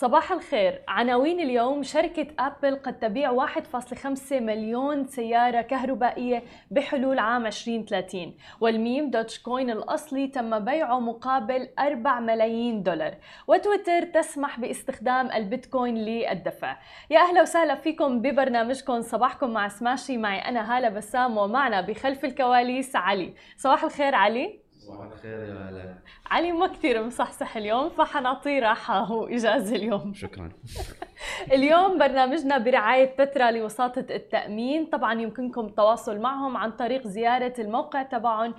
صباح الخير. عناوين اليوم: شركة أبل قد تبيع 1.5 مليون سيارة كهربائية بحلول عام 2030، والميم دوج كوين الأصلي تم بيعه مقابل 4 ملايين دولار، وتويتر تسمح باستخدام البيتكوين للدفع. يا أهلا وسهلا فيكم ببرنامجكم صباحكم مع سماشي. معي أنا هالة بسام، ومعنا بخلف الكواليس علي. صباح الخير علي. صباح الخير يا هلا. علي ما كثير مصحصح اليوم، فحنعطيه راحة وإجازة اليوم. شكرا. اليوم برنامجنا برعاية بترا لوساطة التأمين. طبعا يمكنكم التواصل معهم عن طريق زيارة الموقع تبعهم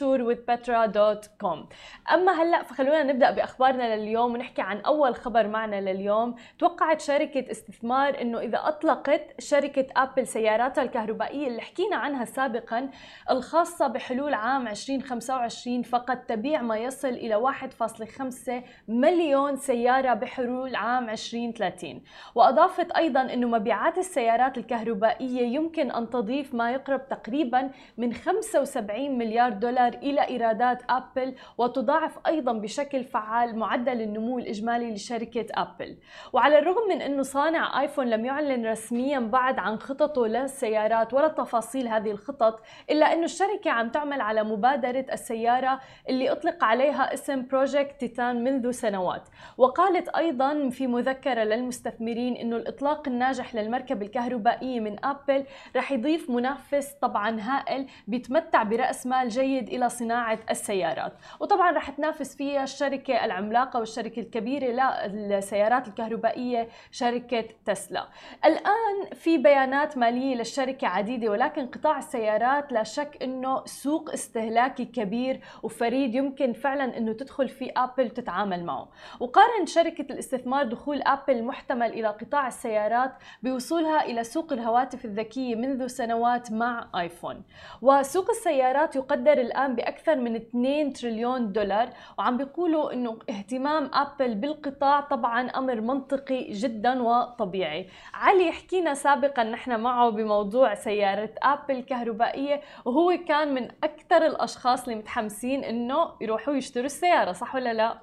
insurewithpetra.com. أما هلأ فخلونا نبدأ بأخبارنا لليوم ونحكي عن أول خبر معنا لليوم. توقعت شركة استثمار أنه إذا أطلقت شركة أبل سياراتها الكهربائية اللي حكينا عنها سابقا الخاصة بحلول عام 2025 فقد تبيع ما يصل إلى 1.5 مليون سيارة بحلول عام 2030. وأضافت أيضاً أنه مبيعات السيارات الكهربائية يمكن أن تضيف ما يقرب تقريباً من 75 مليار دولار إلى إيرادات أبل، وتضاعف أيضاً بشكل فعال معدل النمو الإجمالي لشركة أبل. وعلى الرغم من أنه صانع آيفون لم يعلن رسمياً بعد عن خططه للسيارات ولا تفاصيل هذه الخطط، إلا أنه الشركة عم تعمل على مبادرة السيارة اللي أطلق عليها اسم بروجكت تيتان منذ سنوات. وقالت أيضاً في مذكرة للمستثمرين إنه الإطلاق الناجح للمركبة الكهربائية من أبل رح يضيف منافس طبعاً هائل بيتمتع برأس مال جيد إلى صناعة السيارات، وطبعاً رح تنافس فيها الشركة العملاقة والشركة الكبيرة للسيارات الكهربائية شركة تسلا. الآن في بيانات مالية للشركة عديدة، ولكن قطاع السيارات لا شك إنه سوق استهلاكي كبير وفريد يمكن فعلاً إنه تدخل في أبل وتتعامل معه. وقارن شركة الاستثمار دخول أبل المحتمل إلى قطاع السيارات بوصولها إلى سوق الهواتف الذكية منذ سنوات مع آيفون. وسوق السيارات يقدر الآن بأكثر من 2 تريليون دولار، وعم بيقولوا إنه اهتمام أبل بالقطاع طبعا أمر منطقي جدا وطبيعي. علي حكينا سابقا نحن معه بموضوع سيارة أبل كهربائية، وهو كان من أكثر الأشخاص اللي متحمسين إنه يروحوا يشتروا السيارة، صح ولا لا؟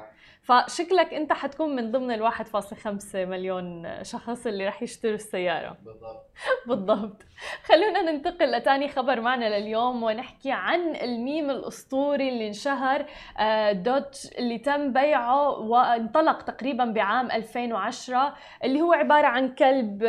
فشكلك انت حتكون من ضمن 1.5 مليون شخص اللي رح يشتروا السيارة. بالضبط. بالضبط. خلونا ننتقل لتاني خبر معنا لليوم ونحكي عن الميم الأسطوري اللي انشهر، دوج، اللي تم بيعه وانطلق تقريبا بعام 2010، اللي هو عبارة عن كلب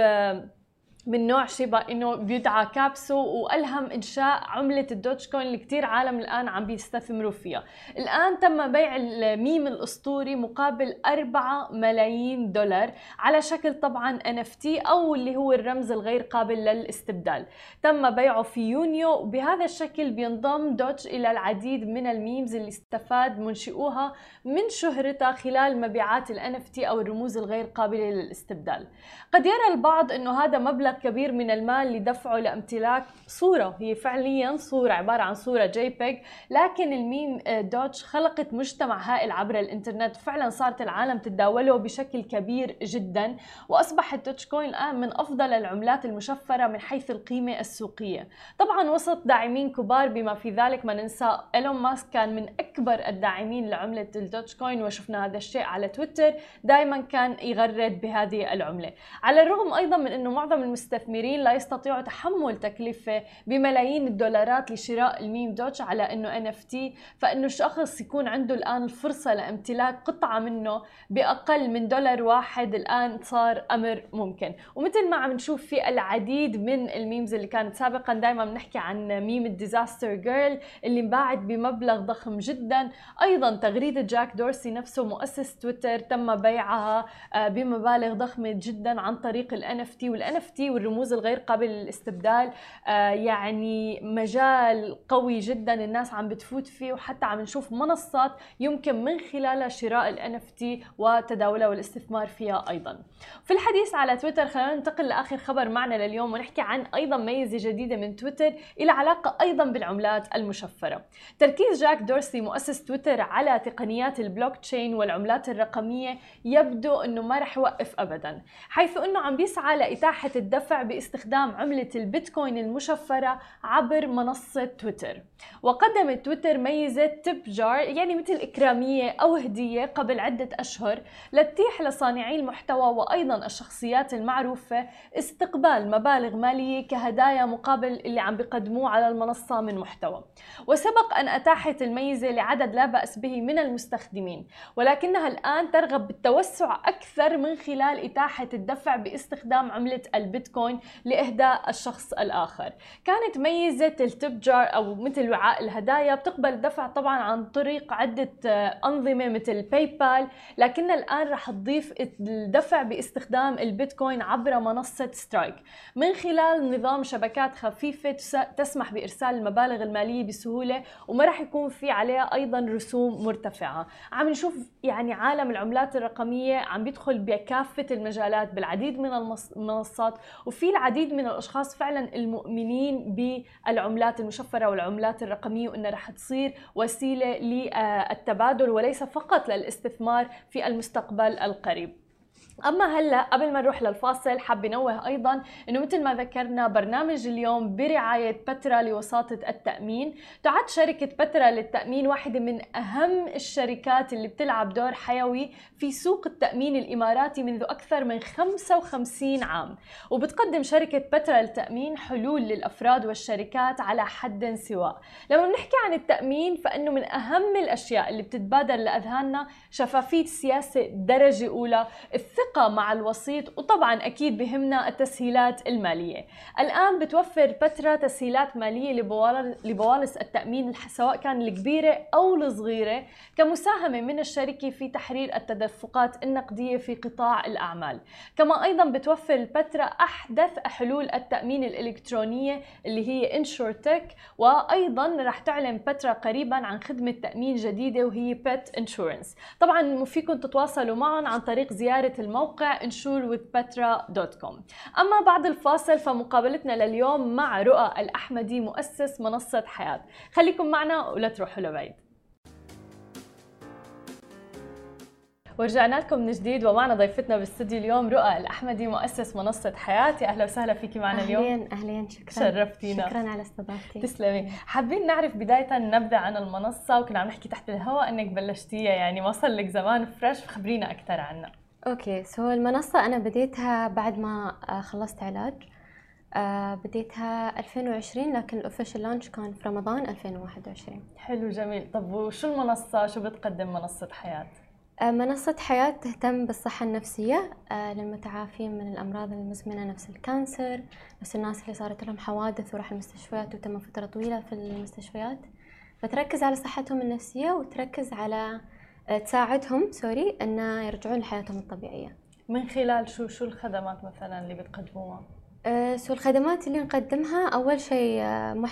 من نوع شبه انه بيدعى كابسو، والهم انشاء عمله الدوج كوين اللي كثير عالم الان عم بيستثمروا فيها. الان تم بيع الميم الاسطوري مقابل 4 ملايين دولار على شكل طبعا NFT او اللي هو الرمز الغير قابل للاستبدال. تم بيعه في يونيو، وبهذا الشكل بينضم دوج الى العديد من الميمز اللي استفاد منشئوها من شهرتها خلال مبيعات NFT او الرموز الغير قابله للاستبدال. قد يرى البعض انه هذا مبلغ كبير من المال لدفعه لامتلاك صورة، هي فعليا صورة عبارة عن صورة JPEG، لكن الميم دوج خلقت مجتمع هائل عبر الانترنت، فعلا صارت العالم تتداوله بشكل كبير جدا، واصبح الدوج كوين الان من افضل العملات المشفرة من حيث القيمة السوقية. طبعا وسط داعمين كبار بما في ذلك ما ننسى إيلون ماسك كان من اكبر الداعمين لعملة الدوج كوين، وشفنا هذا الشيء على تويتر، دائما كان يغرد بهذه العملة. على الرغم ايضا من انه معظم المستثمرين لا يستطيعوا تحمل تكلفة بملايين الدولارات لشراء الميم دوج على انه NFT، فانه الشخص يكون عنده الان الفرصة لامتلاك قطعة منه باقل من $1 الان صار امر ممكن. ومثل ما عم نشوف في العديد من الميمز اللي كانت سابقا دائما بنحكي عن ميم الديزاستر جيرل اللي انباعت بمبلغ ضخم جدا. ايضا تغريدة جاك دورسي نفسه مؤسس تويتر تم بيعها بمبالغ ضخمة جدا عن طريق ال NFT، وال NFT والرموز الغير قابل للاستبدال يعني مجال قوي جدا الناس عم بتفوت فيه، وحتى عم نشوف منصات يمكن من خلالها شراء ال NFT وتداولها والاستثمار فيها ايضا. في الحديث على تويتر خلينا ننتقل لاخر خبر معنا لليوم ونحكي عن ايضا ميزة جديدة من تويتر إلى علاقة ايضا بالعملات المشفرة. تركيز جاك دورسي مؤسس تويتر على تقنيات البلوك تشين والعملات الرقمية يبدو انه ما رح يوقف ابدا، حيث انه عم بيسعى لاتاحة الدفع الدفع باستخدام عملة البيتكوين المشفرة عبر منصة تويتر. وقدمت تويتر ميزة تيب جار، يعني مثل إكرامية أو هدية، قبل عدة أشهر لتتيح لصانعي المحتوى وأيضا الشخصيات المعروفة استقبال مبالغ مالية كهدايا مقابل اللي عم بيقدموه على المنصة من محتوى. وسبق أن أتاحت الميزة لعدد لا بأس به من المستخدمين، ولكنها الآن ترغب بالتوسع أكثر من خلال إتاحة الدفع باستخدام عملة البيتكوين لإهداء الشخص الآخر. كانت ميزة التيب جار أو مثل وعاء الهدايا بتقبل الدفع طبعا عن طريق عدة أنظمة مثل باي بال، لكن الآن رح تضيف الدفع باستخدام البيتكوين عبر منصة سترايك من خلال نظام شبكات خفيفة تسمح بإرسال المبالغ المالية بسهولة، وما رح يكون في عليها أيضا رسوم مرتفعة. عم نشوف يعني عالم العملات الرقمية عم بيدخل بكافة المجالات بالعديد من المنصات، وفي العديد من الأشخاص فعلا المؤمنين بالعملات المشفرة والعملات الرقمية، وأنها رح تصير وسيلة للتبادل وليس فقط للاستثمار في المستقبل القريب. أما هلأ قبل ما نروح للفاصل حاب نوه أيضا أنه مثل ما ذكرنا برنامج اليوم برعاية بترا لوساطة التأمين. تعد شركة بترا للتأمين واحدة من أهم الشركات اللي بتلعب دور حيوي في سوق التأمين الإماراتي منذ أكثر من 55 عام، وبتقدم شركة بترا للتأمين حلول للأفراد والشركات على حد سواء. لما بنحكي عن التأمين فإنه من أهم الأشياء اللي بتتبادر لأذهاننا شفافية سياسة درجة أولى، الثقة مع الوسيط، وطبعا أكيد بهمنا التسهيلات المالية. الآن بتوفر بترا تسهيلات مالية لبوالص التأمين سواء كان الكبيرة أو الصغيرة، كمساهمة من الشركة في تحرير التدفقات النقدية في قطاع الأعمال. كما أيضا بتوفر بترا أحدث حلول التأمين الإلكترونية اللي هي إنشورتك، وأيضا رح تعلن بترا قريبا عن خدمة تأمين جديدة وهي بيت إنشورنس. طبعا فيكم تتواصلوا معهم عن طريق زيارة الموقع insurewithpetra.com. أما بعد الفاصل فمقابلتنا لليوم مع رؤى الأحمدي مؤسس منصة حياة. خليكم معنا ولا تروحوا لبعيد. ورجعنا لكم من جديد ومعنا ضيفتنا بالاستديو اليوم رؤى الأحمدي مؤسس منصة حياة. يا أهلا وسهلا فيكي معنا اليوم. أهلين شكرا، شرفتينا. شكرا على استضافتي. تسلمي. حابين نعرف بداية نبذة عن المنصة، وكنا عم نحكي تحت الهواء أنك بلشتيها يعني ما صار لك زمان فريش، فخبرينا أكثر عنها. اوكي، المنصة أنا بديتها بعد ما خلصت علاج. بديتها 2020 لكن الأوفيشال لانش كان في رمضان 2021. حلو جميل. طب وشو المنصة، شو بتقدم منصة حياة؟ منصة حياة تهتم بالصحة النفسية للمتعافين من الأمراض المزمنة نفس الكانسر، نفس الناس اللي صارت لهم حوادث وراح المستشفيات وتم فترة طويلة في المستشفيات، فتركز على صحتهم النفسية وتركز على تساعدهم أن يرجعون لحياتهم الطبيعية. من خلال شو الخدمات مثلا اللي بتقدموها؟ الخدمات اللي نقدمها أول شيء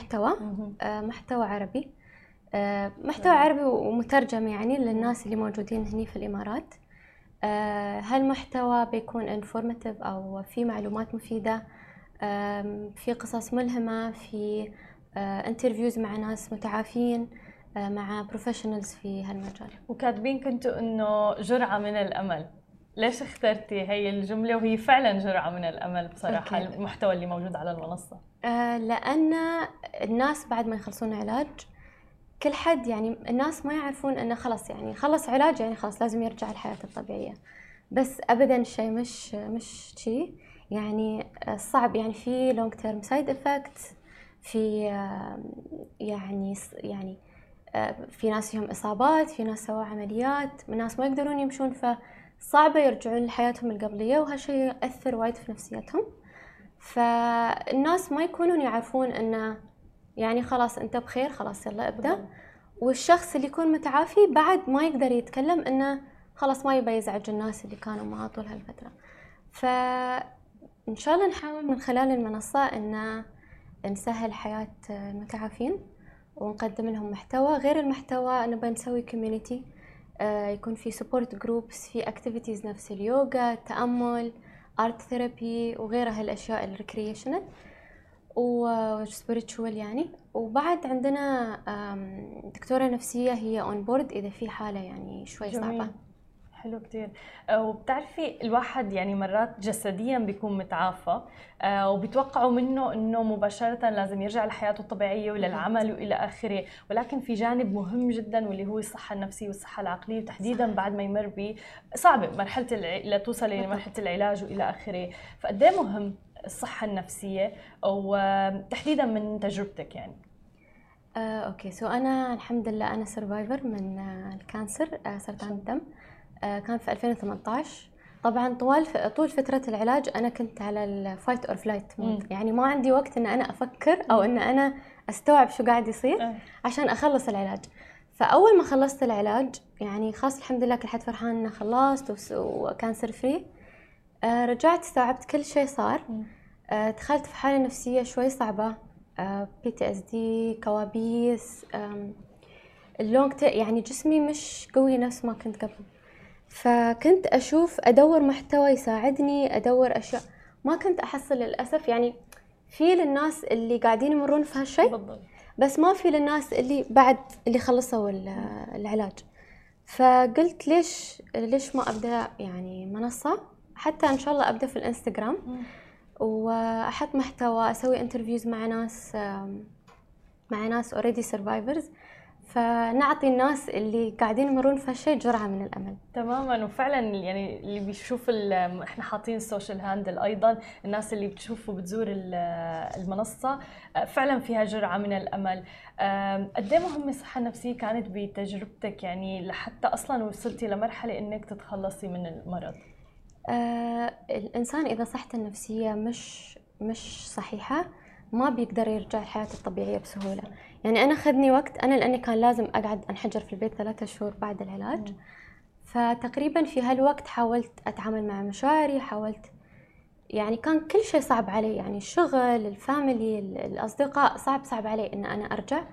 محتوى عربي، محتوى عربي ومترجم يعني للناس اللي موجودين هني في الإمارات. هالمحتوى بيكون informative أو في معلومات مفيدة، في قصص ملهمة، في انترفيوز مع ناس متعافين، مع بروفيشنالز في هالمجال. وكاتبين كنتوا إنه جرعة من الأمل، ليش اخترتي هي الجملة وهي فعلا جرعة من الأمل بصراحة؟ أوكي. المحتوى اللي موجود على المنصة لأن الناس بعد ما يخلصون علاج كل حد يعني الناس ما يعرفون انه خلص يعني خلص علاج يعني خلاص لازم يرجع الحياة الطبيعية، بس ابدا الشيء مش شيء يعني صعب، يعني في long term side effects، في يعني في ناس فيهم اصابات، في ناس سووا عمليات، ناس ما يقدرون يمشون فصعبة يرجعون لحياتهم القبلية، وهالشيء يأثر وايد في نفسيتهم. فالناس ما يكونون يعرفون انه يعني خلاص انت بخير خلاص يلا ابدأ، والشخص اللي يكون متعافي بعد ما يقدر يتكلم انه خلاص ما يبي يزعج الناس اللي كانوا معاه طول هالفترة. فإن شاء الله نحاول من خلال المنصة ان نسهل حياة المتعافين ونقدم لهم محتوى. غير المحتوى نبي نسوي كوميونيتي، يكون في سبورت جروبس، في اكتيفيتيز نفس اليوغا، التأمل، ارت ثيرابي وغيرها هالاشياء الريكريشنال وسبيريتشوال يعني. وبعد عندنا دكتورة نفسية هي اون بورد اذا في حالة يعني شوي صعبة. حلو كتير. وبتعرفي الواحد يعني مرات جسديا بيكون متعافى وبيتوقعوا منه انه مباشرة لازم يرجع لحياته الطبيعية وللعمل والى اخره، ولكن في جانب مهم جدا واللي هو الصحة النفسية والصحة العقلية، وتحديدا بعد ما يمر بصعبة مرحلة لتوصل لمرحلة العلاج والى اخره. فقد ايه مهم الصحة النفسية وتحديدا من تجربتك يعني؟ اوكي، سو انا الحمد لله انا سرفايفر من الكانسر، سرطان الدم. كان في 2018. طبعا طول فترة العلاج انا كنت على الفايت اور فلايت مود، يعني ما عندي وقت ان انا افكر او ان انا استوعب شو قاعد يصير عشان اخلص العلاج. فاول ما خلصت العلاج يعني خلاص الحمد لله كل حد فرحان انه خلصت وكانسر فري. رجعت استوعبت كل شيء صار. دخلت في حالة نفسية شوي صعبة، PTSD، كوابيس، يعني جسمي مش قوي نفس ما كنت قبل. فكنت أدور محتوى يساعدني، أدور أشياء ما كنت أحصل للأسف. يعني في للناس اللي قاعدين يمرون في هالشيء، بس ما في للناس اللي بعد اللي خلصوا العلاج. فقلت ليش ما أبدأ يعني منصة، حتى إن شاء الله أبدأ في الإنستغرام واحط محتوى، اسوي انترفيوز مع ناس اوريدي سرفايفرز، فنعطي الناس اللي قاعدين يمرون في هالشيء جرعه من الامل. تماما. وفعلا يعني اللي بيشوف احنا حاطين السوشيال هاندل ايضا، الناس اللي بتشوف وبتزور المنصه فعلا فيها جرعه من الامل. قد ايه مهمه الصحه النفسيه كانت بتجربتك يعني لحتى اصلا وصلتي لمرحله انك تتخلصي من المرض؟ الانسان اذا صحته النفسيه مش صحيحه ما بيقدر يرجع لحياته الطبيعيه بسهوله. يعني انا خذني وقت، انا لاني كان لازم اقعد انحجر في البيت 3 شهور بعد العلاج. فتقريبا في هالوقت حاولت اتعامل مع مشاعري، حاولت يعني كان كل شيء صعب علي، يعني الشغل، الفاميلي، الاصدقاء، صعب علي ان انا ارجع.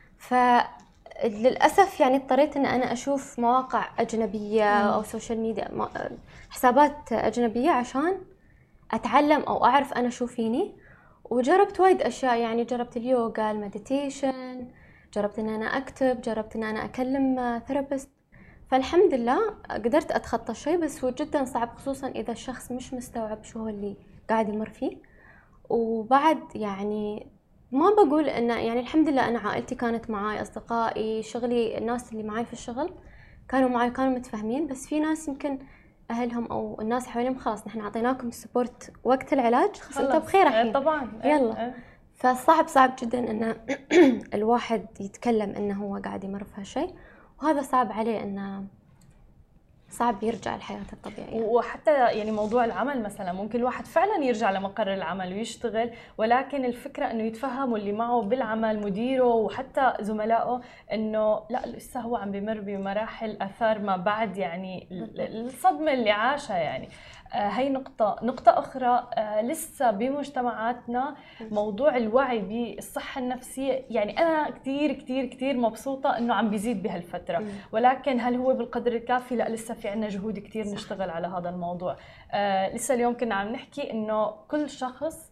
فللاسف يعني اضطريت ان انا اشوف مواقع اجنبيه او سوشيال ميديا، حسابات اجنبيه عشان اتعلم او اعرف انا شو فيني. وجربت وايد اشياء، يعني جربت اليوغا، المديتيشن، جربت ان انا اكتب، جربت ان انا اكلم ثيرابيست. فالحمد لله قدرت اتخطى الشيء، بس هو جدا صعب خصوصا اذا الشخص مش مستوعب شو هو اللي قاعد يمر فيه. وبعد يعني ما بقول ان يعني الحمد لله انا عائلتي كانت معاي، اصدقائي، شغلي، الناس اللي معاي في الشغل كانوا معاي، كانوا متفاهمين. بس في ناس يمكن اهلهم او الناس حواليهم خلاص نحن اعطيناكم السبورت وقت العلاج، خلاص انت بخير الحين طبعا يلا. فصعب جدا ان الواحد يتكلم انه هو قاعد يمر في هالشيء، وهذا صعب عليه انه صعب يرجع لحياته الطبيعية. وحتى يعني موضوع العمل مثلا، ممكن الواحد فعلا يرجع لمقر العمل ويشتغل، ولكن الفكرة انه يتفهموا اللي معه بالعمل، مديره وحتى زملائه، انه لا لسه هو عم بمر بمراحل اثار ما بعد يعني الصدمة اللي عاشها يعني. هي نقطة أخرى لسه بمجتمعاتنا موضوع الوعي بالصحة النفسية، يعني أنا كتير مبسوطة إنه عم بيزيد بهالفترة، ولكن هل هو بالقدر الكافي؟ لا، لسه في عنا جهود كتير نشتغل على هذا الموضوع. لسه اليوم كنا عم نحكي إنه كل شخص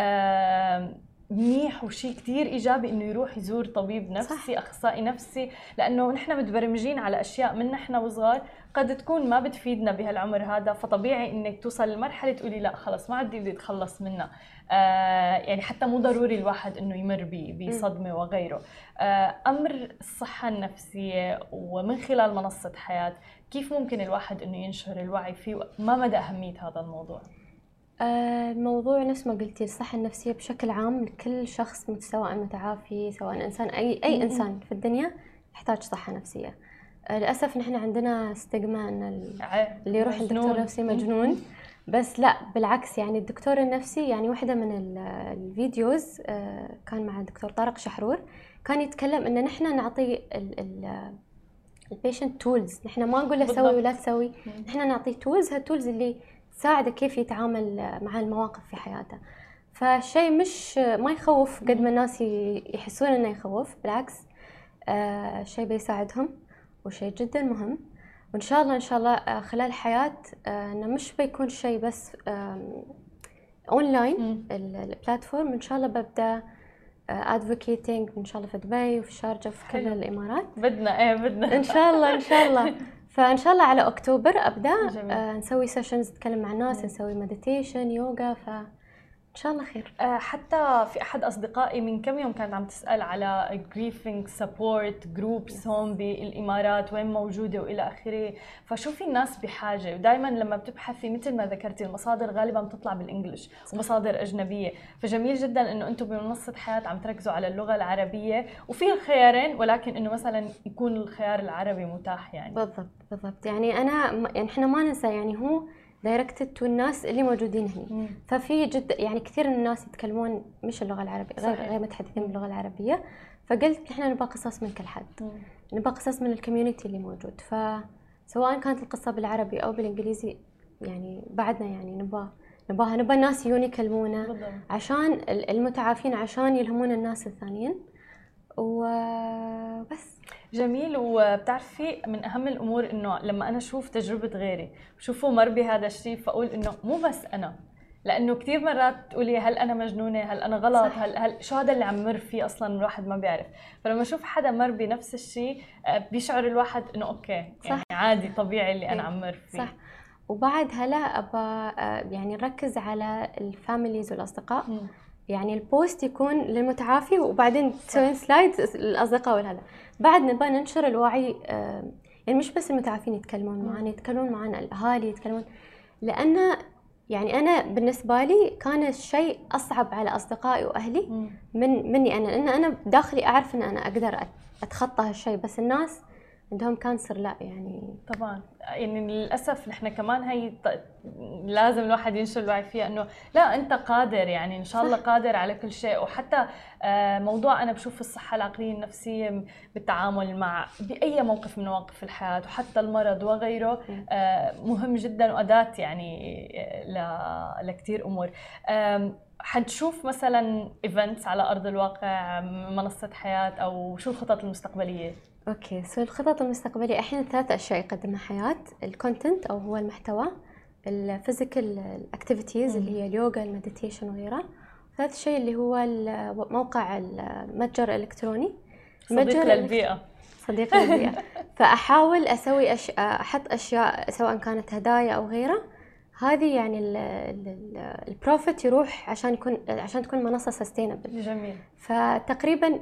منيح وشيء كتير إيجابي إنه يروح يزور طبيب نفسي، أخصائي نفسي، لأنه نحن متبرمجين على أشياء من نحن وصغار قد تكون ما بتفيدنا بهالعمر هذا، فطبيعي إنك توصل لمرحلة تقولي لا خلص ما عندي بدي أتخلص منها. يعني حتى مو ضروري الواحد إنه يمر بصدمة وغيره. أمر الصحة النفسية ومن خلال منصة حياة، كيف ممكن الواحد إنه ينشر الوعي فيه؟ ما مدى أهمية هذا الموضوع؟ الموضوع نفس ما قلتي، الصحة النفسية بشكل عام لكل شخص سواء متعافي سواء إنسان، أي إنسان في الدنيا يحتاج صحة نفسية. للأسف نحن عندنا استجماع أن اللي يروح للدكتور نفسي مجنون. بس لا بالعكس، يعني الدكتور النفسي، يعني واحدة من الفيديوز كان مع الدكتور طارق شحرور، كان يتكلم إن نحن نعطي البيشنت تولز، نحن ما نقول له سوي ولا تسوي، نحن نعطيه تولز، هالتولز اللي تساعده كيف يتعامل مع المواقف في حياته. فالشيء مش ما يخوف قد ما الناس يحسون انه يخوف، بالعكس شيء بيساعدهم وشيء جدا مهم. وان شاء الله خلال الحياة انه مش بيكون شيء بس اونلاين، البلاتفورم ان شاء الله ببدا ادفوكيتنج ان شاء الله في دبي وفي الشارقة وفي كل الامارات. بدنا ان شاء الله فان شاء الله على اكتوبر ابدا. جميل. نسوي سيشنز نتكلم مع الناس، نسوي مديتيشن يوغا، فان شاء الله خير. حتى في احد اصدقائي من كم يوم كانت عم تسال على grieving support groups هون بالامارات وين موجوده والى اخره، فشوفي الناس بحاجه، ودائما لما بتبحثي مثل ما ذكرتي المصادر غالبا بتطلع بالانجلش ومصادر اجنبيه، فجميل جدا انه انتم بمنصه حياه عم تركزوا على اللغه العربيه وفي الخيارين، ولكن انه مثلا يكون الخيار العربي متاح يعني. بالضبط يعني يعني احنا ما ننسى يعني هو دايركتد تو الناس اللي موجودين هنا. ففي يعني كثير من الناس يتكلمون مش اللغه العربيه، غير متحدثين باللغه العربيه، فقلت احنا نبغى قصص من كل حد، نبغى قصص من الكوميونتي اللي موجود، فسواء كانت القصه بالعربي او بالانجليزي يعني بعدنا يعني نبغى الناس يجون يكلمونا عشان المتعافين، عشان يلهمون الناس الثانيين وبس. جميل. وبتعرفي من اهم الامور انه لما انا اشوف تجربه غيري وشوفه مر بهذا الشيء فاقول انه مو بس انا، لانه كثير مرات تقولي هل انا مجنونه، هل انا غلط، هل شو هذا اللي عم مر فيه اصلا الواحد ما بيعرف، فلما اشوف حدا مر بنفس الشيء بيشعر الواحد انه اوكي يعني عادي طبيعي اللي انا عم مر فيه. صح. وبعد هلا ابى يعني نركز على الفاميليز والاصدقاء. يعني البوست يكون للمتعافي وبعدين تسوين سلايد للاصدقاء والهذا. بعد نبغى ننشر الوعي، يعني مش بس المتعافين يتكلمون معنا، يتكلمون معنا الاهالي يتكلمون، لان يعني انا بالنسبه لي كان الشيء اصعب على اصدقائي واهلي مني انا، لان انا بداخلي اعرف ان انا اقدر اتخطى هالشيء، بس الناس عندهم كانسر لا يعني. طبعا يعني للاسف نحن كمان هي لازم الواحد ينشر الوعي فيها انه لا انت قادر، يعني ان شاء الله قادر على كل شيء. وحتى موضوع انا بشوف الصحه العقليه النفسيه بالتعامل مع باي موقف من مواقف الحياه وحتى المرض وغيره مهم جدا واداه يعني لكثير امور. حنشوف مثلا ايفنتس على ارض الواقع منصه حياه، او شو الخطط المستقبليه؟ اوكي، الخطط المستقبليه الحين 3 اشياء يقدمها حياه: الكونتنت او هو المحتوى، الفيزيكال اكتيفيتيز اللي هي اليوغا، المديتيشن وغيرها، ثالث شيء اللي هو موقع المتجر الالكتروني صديق للبيئه. صديق للبيئه. فاحاول اسوي احط اشياء سواء كانت هدايا او غيرها، هذه يعني البروفيت يروح عشان تكون منصه سستينبل. جميل. فتقريبا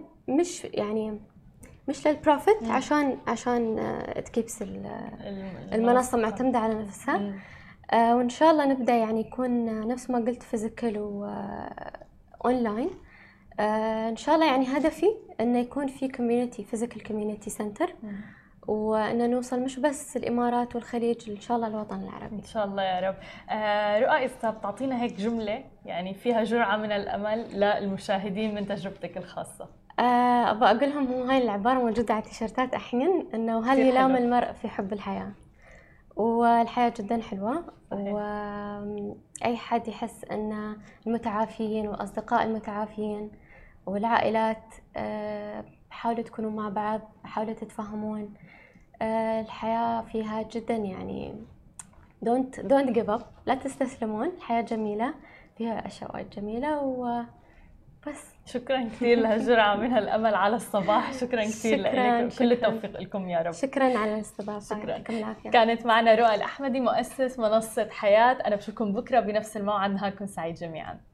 مش للبروفيت، عشان تكيبس المنصه معتمده على نفسها. وان شاء الله نبدا يعني يكون نفس ما قلت فيزيكال واونلاين. ان شاء الله يعني هدفي انه يكون في كوميونتي، فيزيكال كوميونتي سنتر، وأن نوصل مش بس الإمارات والخليج، إن شاء الله الوطن العربي إن شاء الله يا رب. رؤى، إذا بتعطينا هيك جملة يعني فيها جرعة من الأمل للمشاهدين من تجربتك الخاصة. أبغى أقول لهم، هو هاي العبارة موجودة على التيشيرتات أحيانا، إنه هل يلام المرء في حب الحياة؟ والحياة جدا حلوة. وأي حد يحس أن المتعافيين والأصدقاء المتعافيين والعائلات حاولوا تكونوا مع بعض، حاولوا تتفاهمون. الحياة فيها جدا يعني don't give up، لا تستسلمون. الحياة جميلة، فيها أشياء وايد جميلة وبس. شكرا كثير لهالجرعة من الأمل على الصباح. شكرا كثير لكم، كل التوفيق لكم يا رب. شكرا على الاستضافة. شكرا. يعطيكم العافية. كانت معنا رؤى الأحمدي، مؤسس منصة حياة. أنا بشوفكم بكرة بنفس الموعد. نهاركم سعيد جميعا.